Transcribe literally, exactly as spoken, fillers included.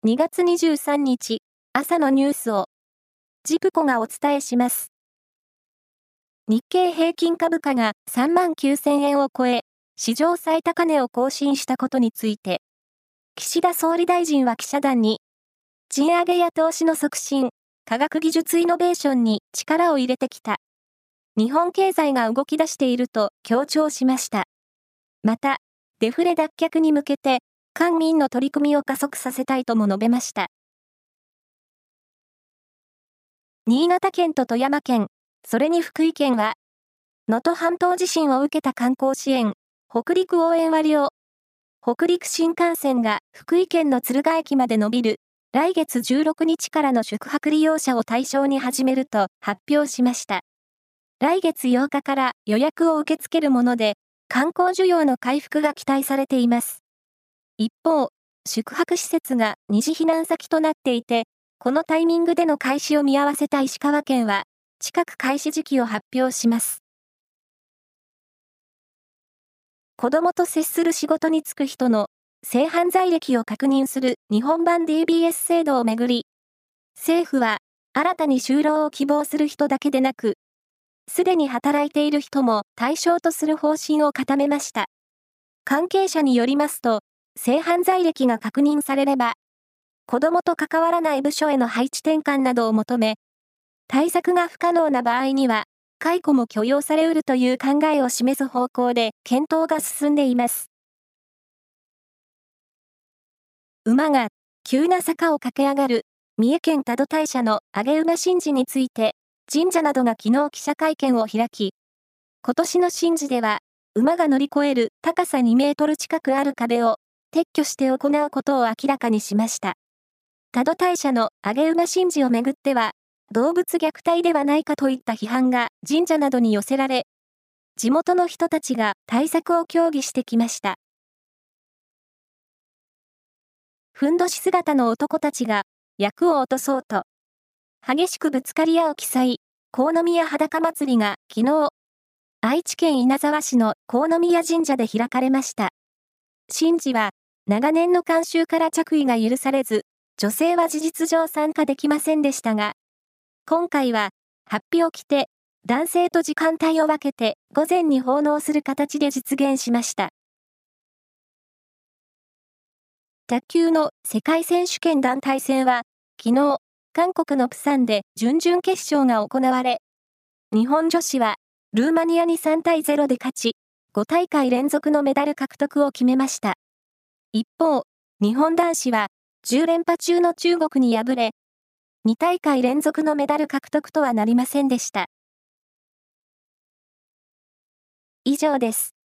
にがつにじゅうさんにち、朝のニュースを、ジプコがお伝えします。日経平均株価がさんまんきゅうせんえんを超え、史上最高値を更新したことについて、岸田総理大臣は記者団に、賃上げや投資の促進、科学技術イノベーションに力を入れてきた。日本経済が動き出していると強調しました。また、デフレ脱却に向けて、官民の取り組みを加速させたいとも述べました。新潟県と富山県、それに福井県は、能登半島地震を受けた観光支援、北陸応援割を、北陸新幹線が福井県の敦賀駅まで伸びる、来月じゅうろくにちからの宿泊利用者を対象に始めると発表しました。来月ようかから予約を受け付けるもので、観光需要の回復が期待されています。一方、宿泊施設が二次避難先となっていて、このタイミングでの開始を見合わせた石川県は、近く開始時期を発表します。子供と接する仕事に就く人の性犯罪歴を確認する日本版 ディービーエス 制度をめぐり、政府は新たに就労を希望する人だけでなく、すでに働いている人も対象とする方針を固めました。関係者によりますと、性犯罪歴が確認されれば、子供と関わらない部署への配置転換などを求め、対策が不可能な場合には、解雇も許容されうるという考えを示す方向で検討が進んでいます。馬が急な坂を駆け上がる三重県多度大社の上げ馬神事について、神社などが昨日記者会見を開き、今年の神事では、馬が乗り越える高さにメートル近くある壁を撤去して行うことを明らかにしました。多度大社の上げ馬神事をめぐっては、動物虐待ではないかといった批判が神社などに寄せられ、地元の人たちが対策を協議してきました。ふんどし姿の男たちが厄を落とそうと、激しくぶつかり合う奇祭、国宮裸祭りが昨日、愛知県稲沢市の国宮神社で開かれました。神事は、長年の慣習から着衣が許されず、女性は事実上参加できませんでしたが、今回は、法被を着て、男性と時間帯を分けて午前に奉納する形で実現しました。卓球の世界選手権団体戦は、昨日、韓国のプサンで準々決勝が行われ、日本女子は、ルーマニアにさんたいゼロで勝ち、ごたいかい連続のメダル獲得を決めました。一方、日本男子は、じゅうれんぱ中の中国に敗れ、にたいかい連続のメダル獲得とはなりませんでした。以上です。